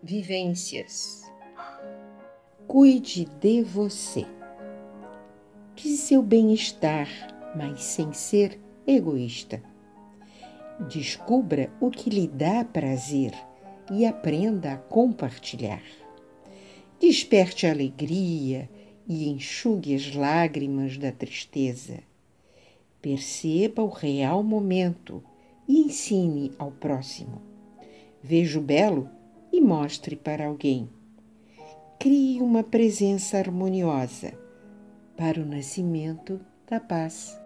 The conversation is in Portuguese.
Vivências. Cuide de você, de seu bem-estar, mas sem ser egoísta. Descubra o que lhe dá prazer e aprenda a compartilhar. Desperte a alegria e enxugue as lágrimas da tristeza. Perceba o real momento e ensine ao próximo. Veja o belo e mostre para alguém. Crie uma presença harmoniosa para o nascimento da paz.